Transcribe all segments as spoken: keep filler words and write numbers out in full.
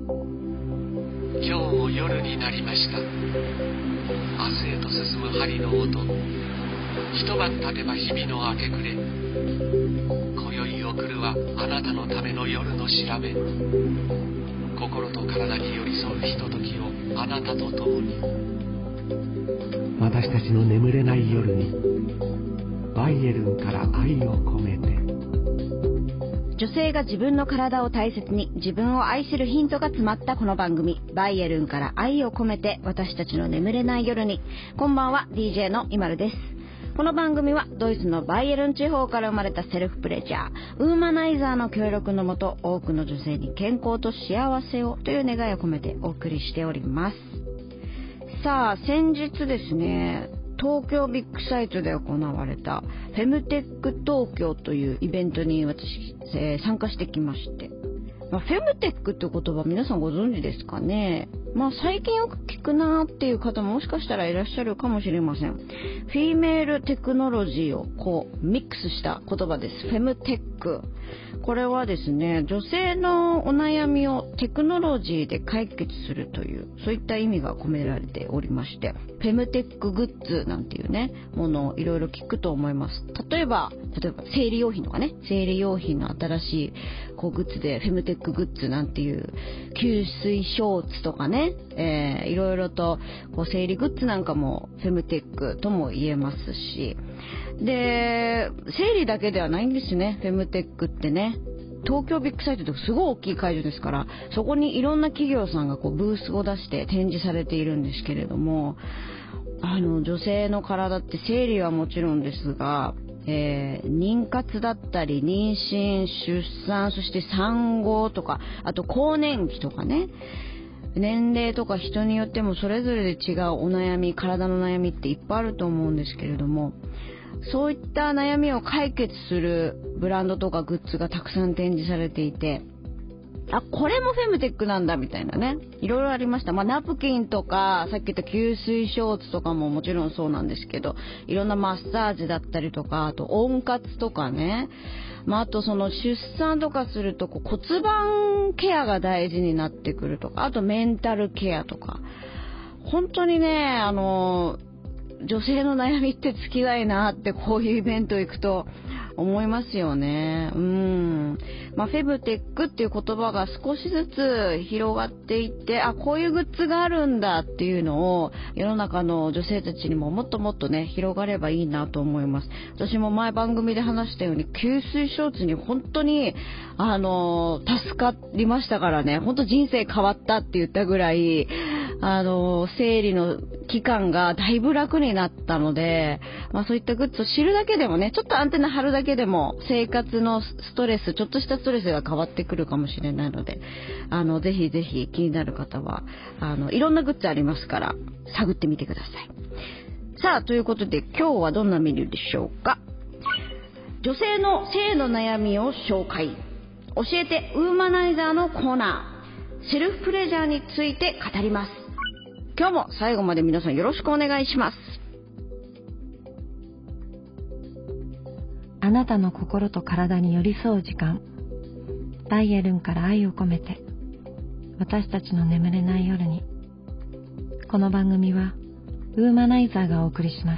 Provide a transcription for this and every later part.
今日も夜になりました。明日へと進む針の音、一晩経てば日々の明け暮れ。今宵送るはあなたのための夜の調べ。心と体に寄り添うひとときをあなたと共に。私たちの眠れない夜に、バイエルンから愛を込めて。 女性が自分の体を大切に、自分を愛するヒントが詰まったこの番組、バイエルンから愛を込めて、私たちの眠れない夜に。こんばんは、 ディージェー のイマルです。この番組はドイツのバイエルン地方から生まれたセルフプレジャー、ウーマナイザーの協力のもと、多くの女性に健康と幸せをという願いを込めてお送りしております。さあ、先日ですね、東京ビッグサイトで行われたフェムテック東京というイベントに私、えー、参加してきまして、まあ、フェムテックって言葉皆さんご存知ですかね。まあ最近よく聞くなーっていう方ももしかしたらいらっしゃるかもしれません。フィメールテクノロジーをこうミックスした言葉です。フェムテック。これはですね、女性のお悩みをテクノロジーで解決するという、そういった意味が込められておりまして、フェムテックグッズなんていうね、ものをいろいろ聞くと思います。例えば、例えば生理用品とかね、生理用品の新しいこうグッズでフェムテックグッズなんていう吸水ショーツとかね、えー、いろいろとこう生理グッズなんかもフェムテックとも言えますし、で、生理だけではないんですね、フェムテックってね。東京ビッグサイトってすごい大きい会場ですから、そこにいろんな企業さんがこうブースを出して展示されているんですけれども、あの女性の体って生理はもちろんですが、えー、妊活だったり妊娠、出産、そして産後とか、あと更年期とかね、年齢とか人によってもそれぞれで違うお悩み、体の悩みっていっぱいあると思うんですけれども、そういった悩みを解決するブランドとかグッズがたくさん展示されていて、あ、これもフェムテックなんだみたいなね、いろいろありました。まあ、ナプキンとかさっき言った吸水ショーツとかももちろんそうなんですけど、いろんなマッサージだったりとか、あと温活とかね、まあ、あとその出産とかするとこう骨盤ケアが大事になってくるとか、あとメンタルケアとか、本当にね、あの女性の悩みって尽きないなってこういうイベント行くと思いますよね。うん。まあ、フェムテックっていう言葉が少しずつ広がっていって、あ、こういうグッズがあるんだっていうのを世の中の女性たちにももっともっとね、広がればいいなと思います。私も前番組で話したように、吸水ショーツに本当に、あの、助かりましたからね、本当人生変わったって言ったぐらい、あの、生理の期間がだいぶ楽になったので、まあそういったグッズを知るだけでもね、ちょっとアンテナ張るだけでも生活のストレス、ちょっとしたストレスが変わってくるかもしれないので、あの、ぜひぜひ気になる方は、あの、いろんなグッズありますから、探ってみてください。さあ、ということで今日はどんなメニューでしょうか。女性の性の悩みを紹介。教えてウーマナイザーのコーナー。セルフプレジャーについて語ります。今日も最後まで皆さんよろしくお願いします。 あなたの心と体に寄り添う時間、バイエルンから愛を込めて、私たちの眠れない夜に。この番組はウーマナイザーがお送りします。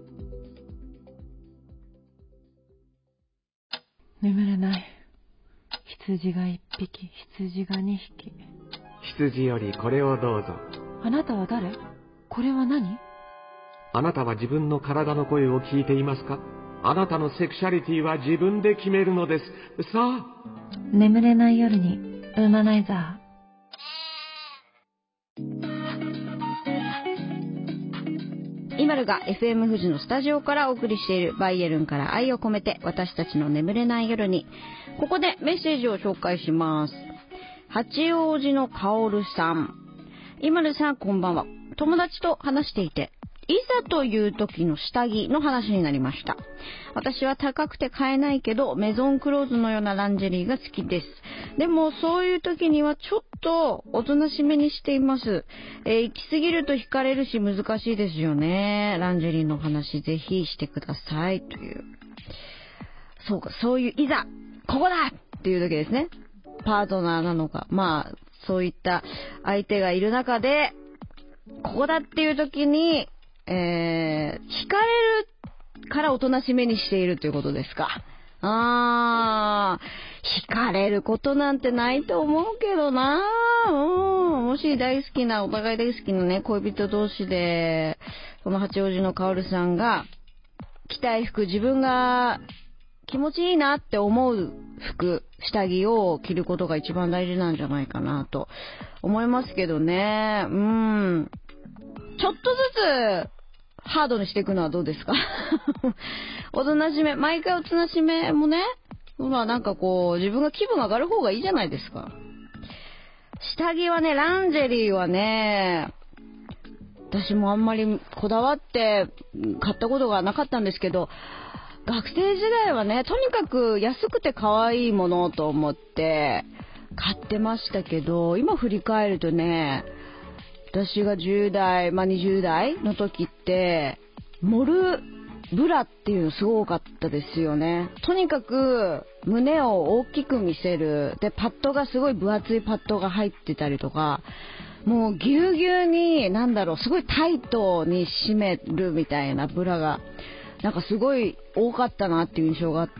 眠れない。羊が一匹、羊が二匹。 羊よりこれをどうぞ。 あなたは誰？これは何？ あなたは自分の体の声を聞いていますか？あなたのセクシャリティは自分で決めるのです。さあ、 眠れない夜にウーマナイザイマルが エフエム 富士のスタジオからお送りしているバイエルンから愛を込めて、私たちの眠れない夜に。ここでメッセージを紹介します。八王子のカオルさん。イマルさん、こんばんは。友達と話していて、いざという時の下着の話になりました。私は高くて買えないけどメゾンクローズのようなランジェリーが好きです。でもそういう時にはちょっとおとなしめにしています。えー、行き過ぎると惹かれるし難しいですよね。ランジェリーの話ぜひしてくださいという。そうか、そういういざここだっていう時ですね。 パートナーなのか、まあそういった相手がいる中で、ここだっていう時に、えー、惹かれるからおとなしめにしているということですか。あー、惹かれることなんてないと思うけどな。うん、もし大好きな、お互い大好きなね、恋人同士で、この八王子のカオルさんが、着たい服、自分が気持ちいいなって思う服、下着を着ることが一番大事なんじゃないかなと思いますけどね。うん。ちょっとずつハードにしていくのはどうですか？おとなしめ、毎回おとなしめもね、まあなんかこう、自分が気分が上がる方がいいじゃないですか。下着はね、ランジェリーはね、私もあんまりこだわって買ったことがなかったんですけど、学生時代はね、とにかく安くて可愛いものと思って買ってましたけど、今振り返るとね、私がじゅう代、まあ、にじゅう代の時って、モルブラっていうのすごかったですよね。とにかく胸を大きく見せる。で、パッドがすごい分厚いパッドが入ってたりとか、もうぎゅうぎゅうに、なんだろう、すごいタイトに締めるみたいなブラが、なんかすごい多かったなっていう印象があって、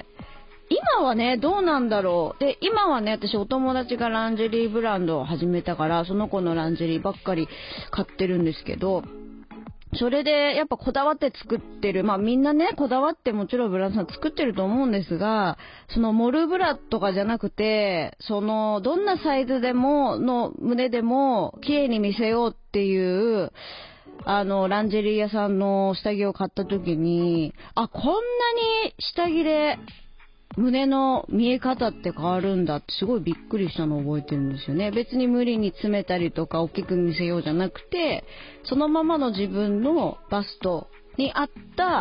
今はね、どうなんだろう。で、今はね、私お友達がランジェリーブランドを始めたから、その子のランジェリーばっかり買ってるんですけど、それでやっぱこだわって作ってる、まあみんなね、こだわってもちろんブランドさん作ってると思うんですが、そのモルブラとかじゃなくて、そのどんなサイズでも、の胸でも綺麗に見せようっていう、あの、ランジェリー屋さんの下着を買った時に、あ、こんなに下着で、胸の見え方って変わるんだってすごいびっくりしたのを覚えてるんですよね。別に無理に詰めたりとか大きく見せようじゃなくて、そのままの自分のバストに合った、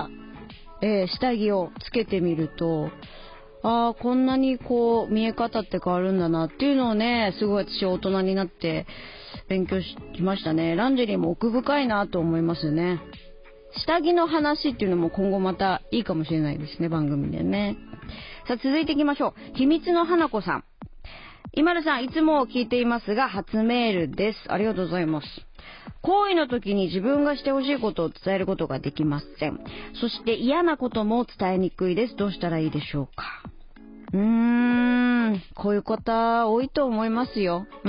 えー、下着をつけてみると、ああ、こんなにこう見え方って変わるんだなっていうのをね、すごい私大人になって勉強しましたね。ランジェリーも奥深いなと思いますね。下着の話っていうのも今後またいいかもしれないですね、番組でね。さあ続いていきましょう。秘密の花子さん。今田さん、いつも聞いていますが、初メールです。ありがとうございます。行為の時に自分がしてほしいことを伝えることができません。そして嫌なことも伝えにくいです。どうしたらいいでしょうか。うーん、こういう方多いと思いますよ。うん、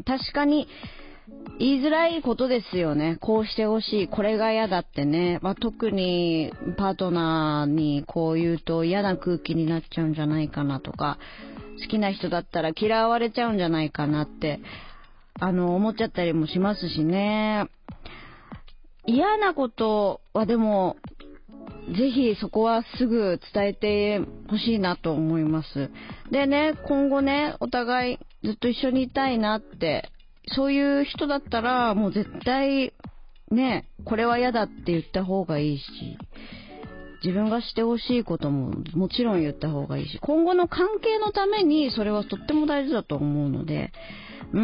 確かに言いづらいことですよね。こうしてほしい、これが嫌だってね。まあ、特にパートナーにこう言うと嫌な空気になっちゃうんじゃないかなとか、好きな人だったら嫌われちゃうんじゃないかなってあの思っちゃったりもしますしね。嫌なことはでもぜひそこはすぐ伝えてほしいなと思います。でね、今後ね、お互いずっと一緒にいたいなって、そういう人だったらもう絶対ね、これは嫌だって言った方がいいし、自分がしてほしいことももちろん言った方がいいし、今後の関係のためにそれはとっても大事だと思うので、うん、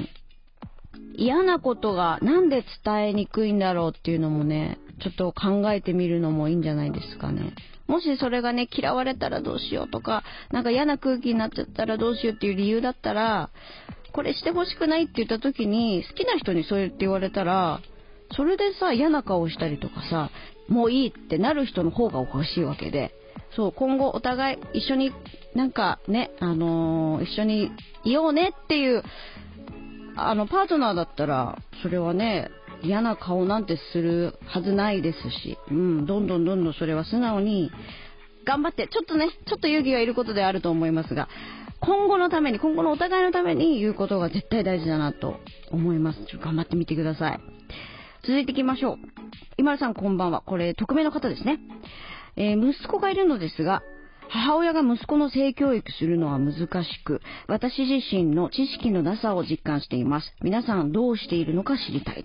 嫌なことがなんで伝えにくいんだろうっていうのもね、ちょっと考えてみるのもいいんじゃないですかね。もしそれがね、嫌われたらどうしようとか、なんか嫌な空気になっちゃったらどうしようっていう理由だったら、これしてほしくないって言った時に、好きな人にそう言って言われたら、それでさ、嫌な顔したりとかさ、もういいってなる人の方がおかしいわけで、そう、今後お互い一緒になんかね、あのー、一緒にいようねっていうあのパートナーだったら、それはね、嫌な顔なんてするはずないですし、うん、どんどんどんどんそれは素直に頑張って、ちょっとね、ちょっと勇気がいることであると思いますが、今後のために、今後のお互いのために言うことが絶対大事だなと思います。ちょっと頑張ってみてください。続いていきましょう。今田さんこんばんは。これ匿名の方ですね。えー、息子がいるのですが、母親が息子の性教育するのは難しく、私自身の知識のなさを実感しています。皆さんどうしているのか知りたいです。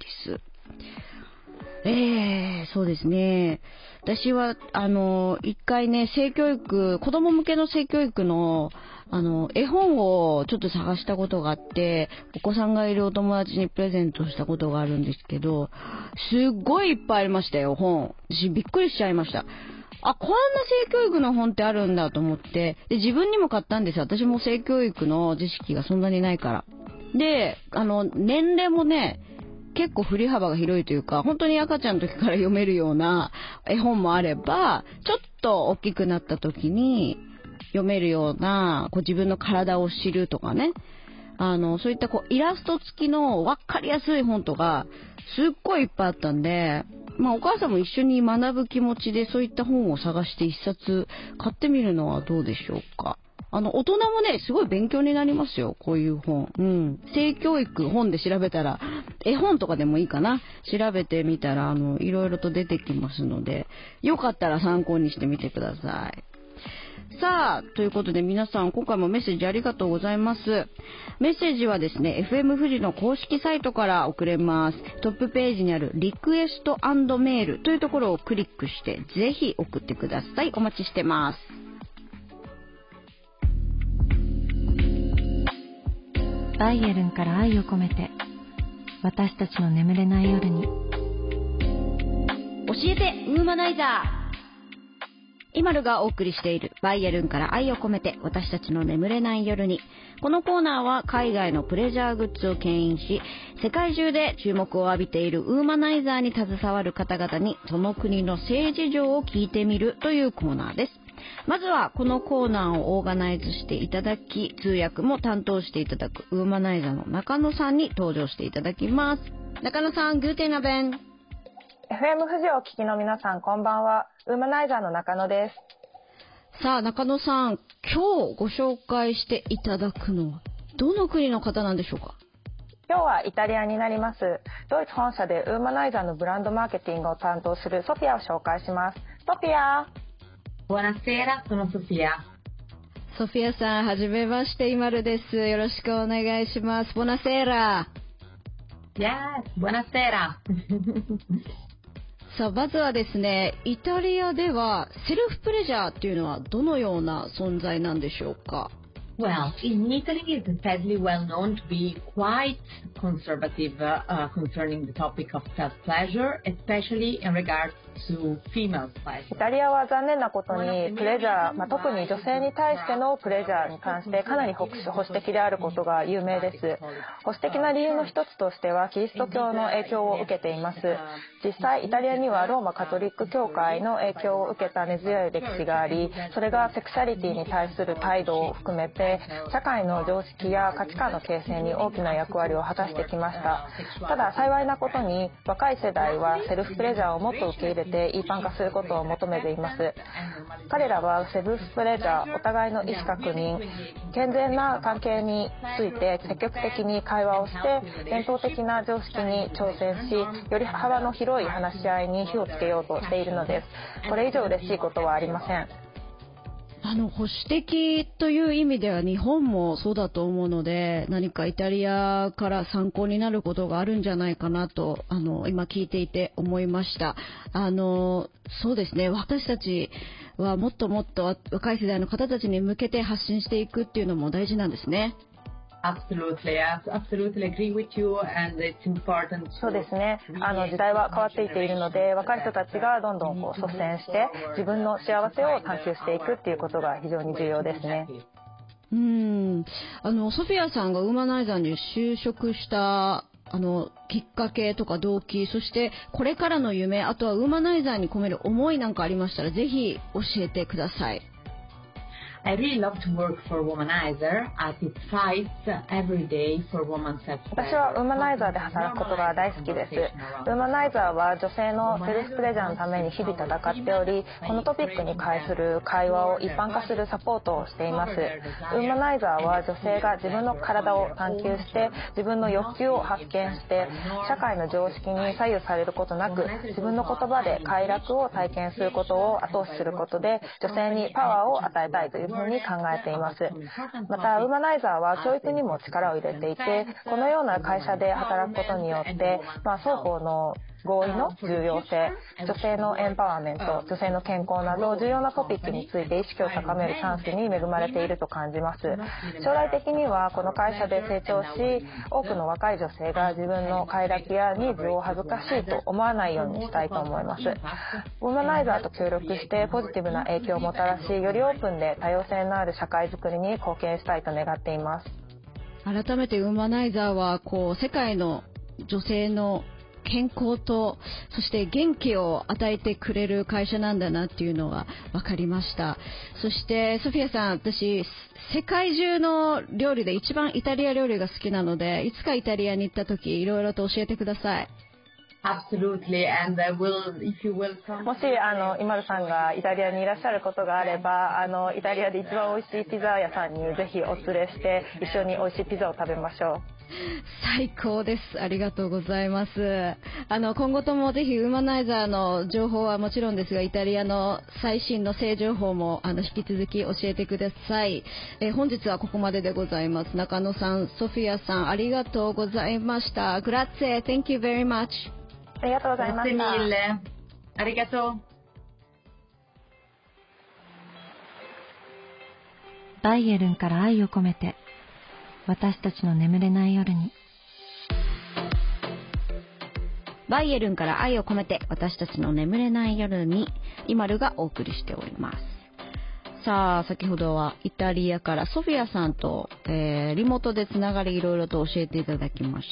えー、そうですね。私は、あの、一回ね、性教育、子供向けの性教育の、あの、絵本をちょっと探したことがあって、お子さんがいるお友達にプレゼントしたことがあるんですけど、すっごいいっぱいありましたよ、本。私びっくりしちゃいました。 あ、こんな性教育の本ってあるんだと思って、で、自分にも買ったんですよ。私も性教育の知識がそんなにないから。で、あの、年齢もね、結構振り幅が広いというか、本当に赤ちゃんの時から読めるような絵本もあれば、ちょっと大きくなった時に読めるような、こう自分の体を知るとかね、あの、そういったこうイラスト付きの分かりやすい本とか、すっごいいっぱいあったんで、まあお母さんも一緒に学ぶ気持ちでそういった本を探して一冊買ってみるのはどうでしょうか。あの、大人もね、すごい勉強になりますよ、こういう本。うん。性教育本で調べたら、絵本とかでもいいかな。調べてみたら、あの、いろいろと出てきますので、よかったら参考にしてみてください。さあ、ということで皆さん、今回もメッセージありがとうございます。メッセージはですね、エフエム 富士の公式サイトから送れます。トップページにあるリクエスト&メールというところをクリックして、ぜひ送ってください。お待ちしてます。 バイエルンから愛を込めて、私たちの眠れない夜に。 教えてウーマナイザー。イマルがお送りしているバイエルンから愛を込めて、私たちの眠れない夜に。このコーナーは海外のプレジャーグッズを牽引し、世界中で注目を浴びているウーマナイザーに携わる方々にその国の政治情を聞いてみるというコーナーです。まずはこのコーナーをオーガナイズしていただき、通訳も担当していただくウーマナイザーの中野さんに登場していただきます。中野さん、グーテナベン。 エフエム 富士をお聞きの皆さん、こんばんは。ウーマナイザーの中野です。 さあ、中野さん、今日ご紹介していただくのはどの国の方なんでしょうか。 今日はイタリアになります。ドイツ本社でウーマナイザーのブランドマーケティングを担当するソフィアを紹介します。ソフィア。 Buonasera, sono Sofia。 ソフィアさん、はじめまして、イマルです。よろしくお願いします。ボナセーラ。 Yes, buonasera。 さあ、まずはですね、イタリアではセルフプレジャーっていうのはどのような存在なんでしょうか。 Well, in Italy it's sadly well known to be quite conservative uh, concerning the topic of self-pleasure, especially in regards to female pleasure. イタリアは残念なことにプレジャー、まあ、特に女性に対してのプレジャーに関してかなり保守的であることが有名です。保守的な理由の一つとしてはキリスト教の影響を受けています。実際イタリアにはローマカトリック教会の影響を受けた根強い歴史があり、それがセクシャリティに対する態度を含めて社会の常識や価値観の形成に大きな役割を果たしてきました。ただ幸いなことに若い世代はセルフプレジャーをもっと受け入れて一般化することを求めています。彼らはセルフプレジャー、お互いの意思確認、健全な関係について積極的に会話をして伝統的な常識に挑戦し、より幅の広い話し合いに火をつけようとしているのです。これ以上嬉しいことはありません。 あの保守的という意味では日本もそうだと思うので、何かイタリアから参考になることがあるんじゃないかなと、あの今聞いていて思いました。あのそうですね、私たちはもっともっと若い世代の方たちに向けて発信していくっていうのも大事なんですね。 Absolutely, absolutely agree with you, and it's important. そうですね。あの時代は変わっていっているので、若い人たちがどんどんこう率先して自分の幸せを探求していくっていうことが非常に重要ですね。 うーん、あのソフィアさんがウーマナイザーに就職したあのきっかけとか動機、そしてこれからの夢、あとはウーマナイザーに込める思いなんかありましたらぜひ教えてください。 I really love to work for Womanizer as it fights every day for women's self-pleasure. 私はウーマナイザーで働くことが大好きです。ウーマナイザーは女性のセルフプレジャーのために日々戦っており、このトピックに関する会話を一般化するサポートをしています。ウーマナイザーは女性が自分の体を探求して自分の欲求を発見して社会の常識に左右されることなく自分の言葉で快楽を体験することを後押しすることで女性にパワーを与えたいというふうに考えています。またウーマナイザーは教育にも力を入れていて、このような会社で働くことによって、まあ、双方の合意の重要性、女性のエンパワーメント、女性の健康など重要なトピックについて意識を高めるチャンスに恵まれていると感じます。将来的にはこの会社で成長し、多くの若い女性が自分の快楽やニーズを恥ずかしいと思わないようにしたいと思います。ウーマナイザーと協力してポジティブな影響をもたらし、よりオープンで多様性のある社会づくりに貢献したいと願っています。 改めてウーマナイザーはこう世界の女性の健康とそして元気を与えてくれる会社なんだなっていうのは分かりました。そしてソフィアさん、私世界中の料理で一番イタリア料理が好きなので、いつかイタリアに行った時いろいろと教えてください。 Absolutely, and I will, if you will come. もしあのイマルさんがイタリアにいらっしゃることがあれば、あのイタリアで一番美味しいピザ屋さんにぜひお連れして一緒に美味しいピザを食べましょう。 最高です。ありがとうございます。あの今後ともぜひウーマナイザーの情報はもちろんですが、イタリアの最新の性情報もあの引き続き教えてください。え本日はここまででございます。中野さん、ソフィアさん、ありがとうございました。グラッツェ、Thank you very much。 ありがとうございました。 ありがとう。 バイエルンから愛を込めて、私たちの眠れない夜に。 バイエルンから愛を込めて、私たちの眠れない夜に、イマルがお送りしております。さあ、先ほどはイタリアからソフィアさんと、えー、リモートでつながりいろいろと教えていただきました。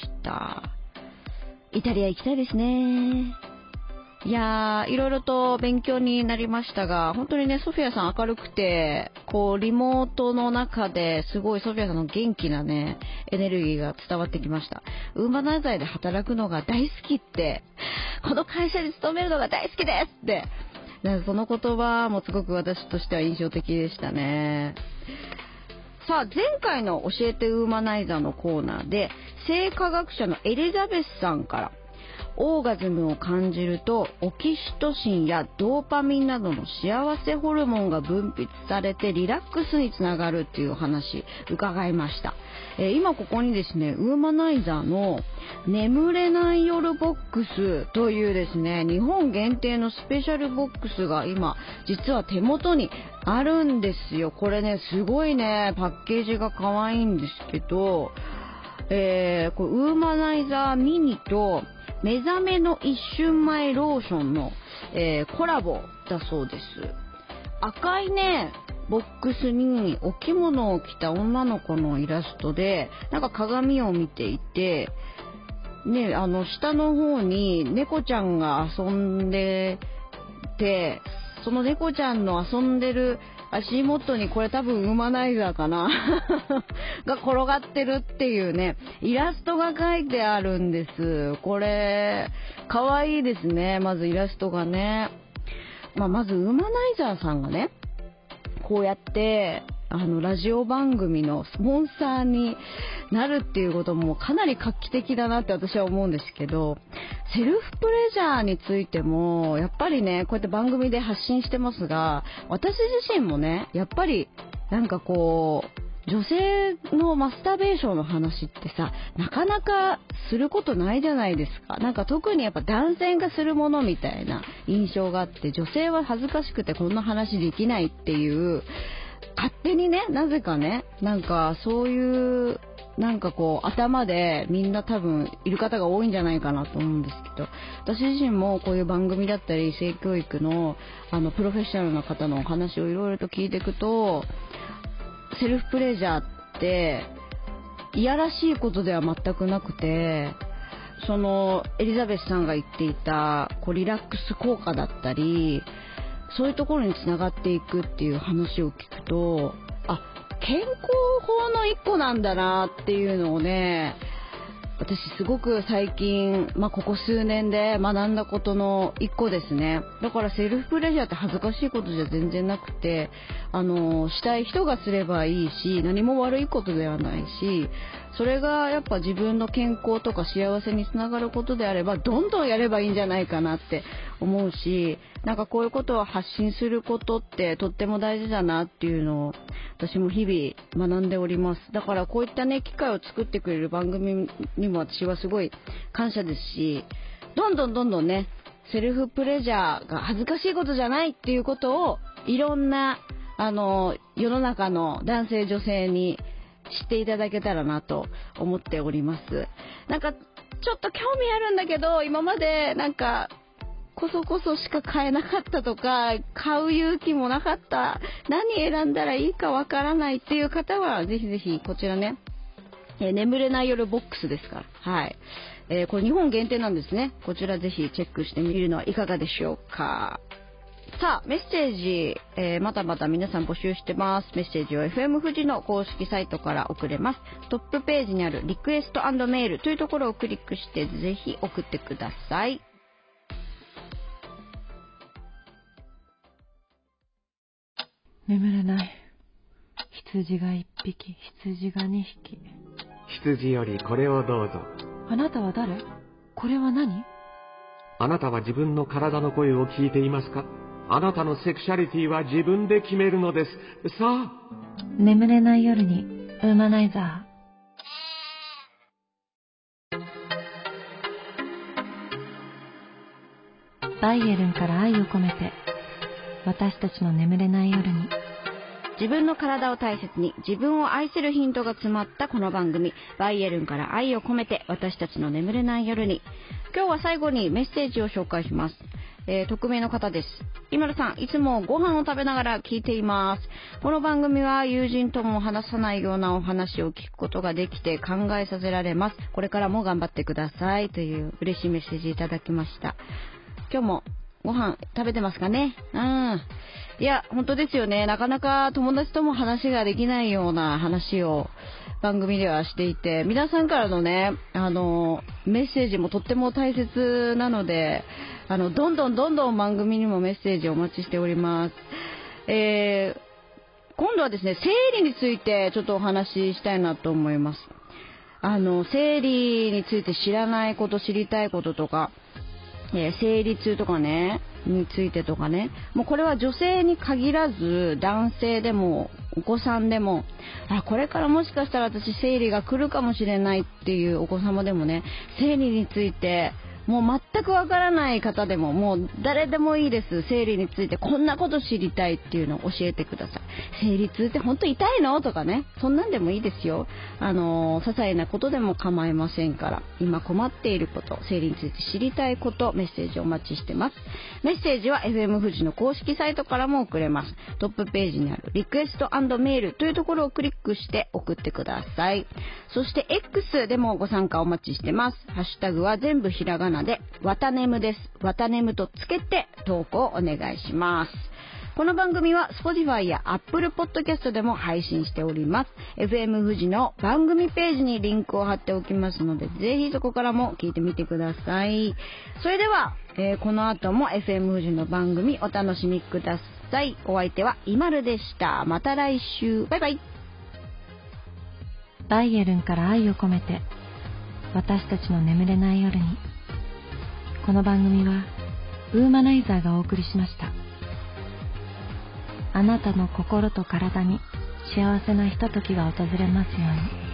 イタリア行きたいですね。いやー、いろいろと勉強になりましたが、本当にね、ソフィアさん明るくて、こう、リモートの中ですごいソフィアさんの元気なね、エネルギーが伝わってきました。ウーマナイザーで働くのが大好きって、この会社に勤めるのが大好きですって、その言葉もすごく私としては印象的でしたね。さあ、前回の教えてウーマナイザーのコーナーで、性科学者のエリザベスさんから、オーガズムを感じるとオキシトシンやドーパミンなどの幸せホルモンが分泌されてリラックスにつながるっていう話伺いました。えー、今ここにですね、ウーマナイザーの眠れない夜ボックスというですね、日本限定のスペシャルボックスが今実は手元にあるんですよ。これね、すごいね、パッケージが可愛いんですけど、えー、これウーマナイザーミニと目覚めの一瞬前ローションの、えー、コラボだそうです。赤いね、ボックスにお着物を着た女の子のイラストで、なんか鏡を見ていて、ね、あの下の方に猫ちゃんが遊んでて、その猫ちゃんの遊んでる足元に、これ多分ウーマナイザーかなが転がってるっていうね、イラストが描いてあるんです。これかわいいですね。まずイラストがね、まあ、まずウーマナイザーさんがね、こうやってあのラジオ番組のスポンサーになるっていうこともかなり画期的だなって私は思うんですけど、セルフプレジャーについてもやっぱりね、こうやって番組で発信してますが、私自身もね、やっぱりなんかこう女性のマスターベーションの話ってさ、なかなかすることないじゃないですか。なんか特にやっぱ男性がするものみたいな印象があって、女性は恥ずかしくてこんな話できないっていう勝手にね、なぜかね、なんかそういうなんかこう頭でみんな多分いる方が多いんじゃないかなと思うんですけど、私自身もこういう番組だったり性教育のあのプロフェッショナルな方のお話をいろいろと聞いていくと、セルフプレジャーっていやらしいことでは全くなくて、そのエリザベスさんが言っていたこうリラックス効果だったり、そういうところにつながっていくっていう話を聞くと、あ、健康法の一個なんだなっていうのをね、私すごく最近、まあ、ここ数年で学んだことの一個ですね。だからセルフプレジャーって恥ずかしいことじゃ全然なくて、あのしたい人がすればいいし、何も悪いことではないし、それがやっぱ自分の健康とか幸せにつながることであれば、どんどんやればいいんじゃないかなって思うし、なんかこういうことを発信することってとっても大事だなっていうのを私も日々学んでおります。だからこういったね、機会を作ってくれる番組にも私はすごい感謝ですし、 どんどんどんどんね、セルフプレジャーが恥ずかしいことじゃないっていうことを、いろんな、あの、世の中の男性女性に知っていただけたらなと思っております。なんか、ちょっと興味あるんだけど、今までなんか、こそこそしか買えなかったとか、買う勇気もなかった、何選んだらいいかわからないっていう方は、ぜひぜひこちらね、えー、眠れない夜ボックスですから。はい。えー、これ日本限定なんですね。こちらぜひチェックしてみるのはいかがでしょうか。さあ、メッセージ、えー、またまた皆さん募集してます。メッセージを エフエム 富士の公式サイトから送れます。トップページにあるリクエスト&メールというところをクリックしてぜひ送ってください。 眠れない。羊が一匹、羊が二匹。 羊よりこれをどうぞ。 あなたは誰？これは何？ あなたは自分の体の声を聞いていますか？あなたのセクシャリティは自分で決めるのです。さあ。 眠れない夜にウーマナイザー。バイエルンから愛を込めて、私たちの眠れない夜に。 自分の体を大切に自分を愛するヒントが詰まったこの番組、バイエルンから愛を込めて私たちの眠れない夜に。今日は最後にメッセージを紹介します。えー、匿名の方です。今田さん、いつもご飯を食べながら聞いています。この番組は友人とも話さないようなお話を聞くことができて考えさせられます。これからも頑張ってくださいという嬉しいメッセージいただきました。今日もご飯食べてますかね？うん。いや、本当ですよね。なかなか友達とも話ができないような話を番組ではしていて、皆さんからのね、あの、メッセージもとっても大切なので、あの、どんどんどんどん番組にもメッセージをお待ちしております。えー、今度はですね、生理についてちょっとお話ししたいなと思います。あの、生理について知らないこと、知りたいこととか、えー、生理痛とかねについてとかね、もうこれは女性に限らず男性でもお子さんでも、あ、これからもしかしたら私生理が来るかもしれないっていうお子様でもね、生理についてもう全くわからない方でも、もう誰でもいいです。生理についてこんなこと知りたいっていうのを教えてください。生理痛って本当痛いのとかね、そんなんでもいいですよ。あの、些細なことでも構いませんから、今困っていること、生理について知りたいこと、メッセージお待ちしてます。メッセージは エフエム 富士の公式サイトからも送れます。トップページにあるリクエスト&メールというところをクリックして送ってください。そして X でもご参加お待ちしてます。ハッシュタグは全部ひらがなでわたねむです。わたねむとつけて投稿お願いします。この番組は Spotify や Apple Podcast でも配信しております。エフエム 富士の番組ページにリンクを貼っておきますので、ぜひそこからも聞いてみてください。それでは、えー、この後も エフエム 富士の番組お楽しみください。お相手はイマルでした。また来週。バイバイ。 バイエルンから愛を込めて、私たちの眠れない夜に。この番組はウーマナイザーがお送りしました。あなたの心と体に幸せなひとときが訪れますように。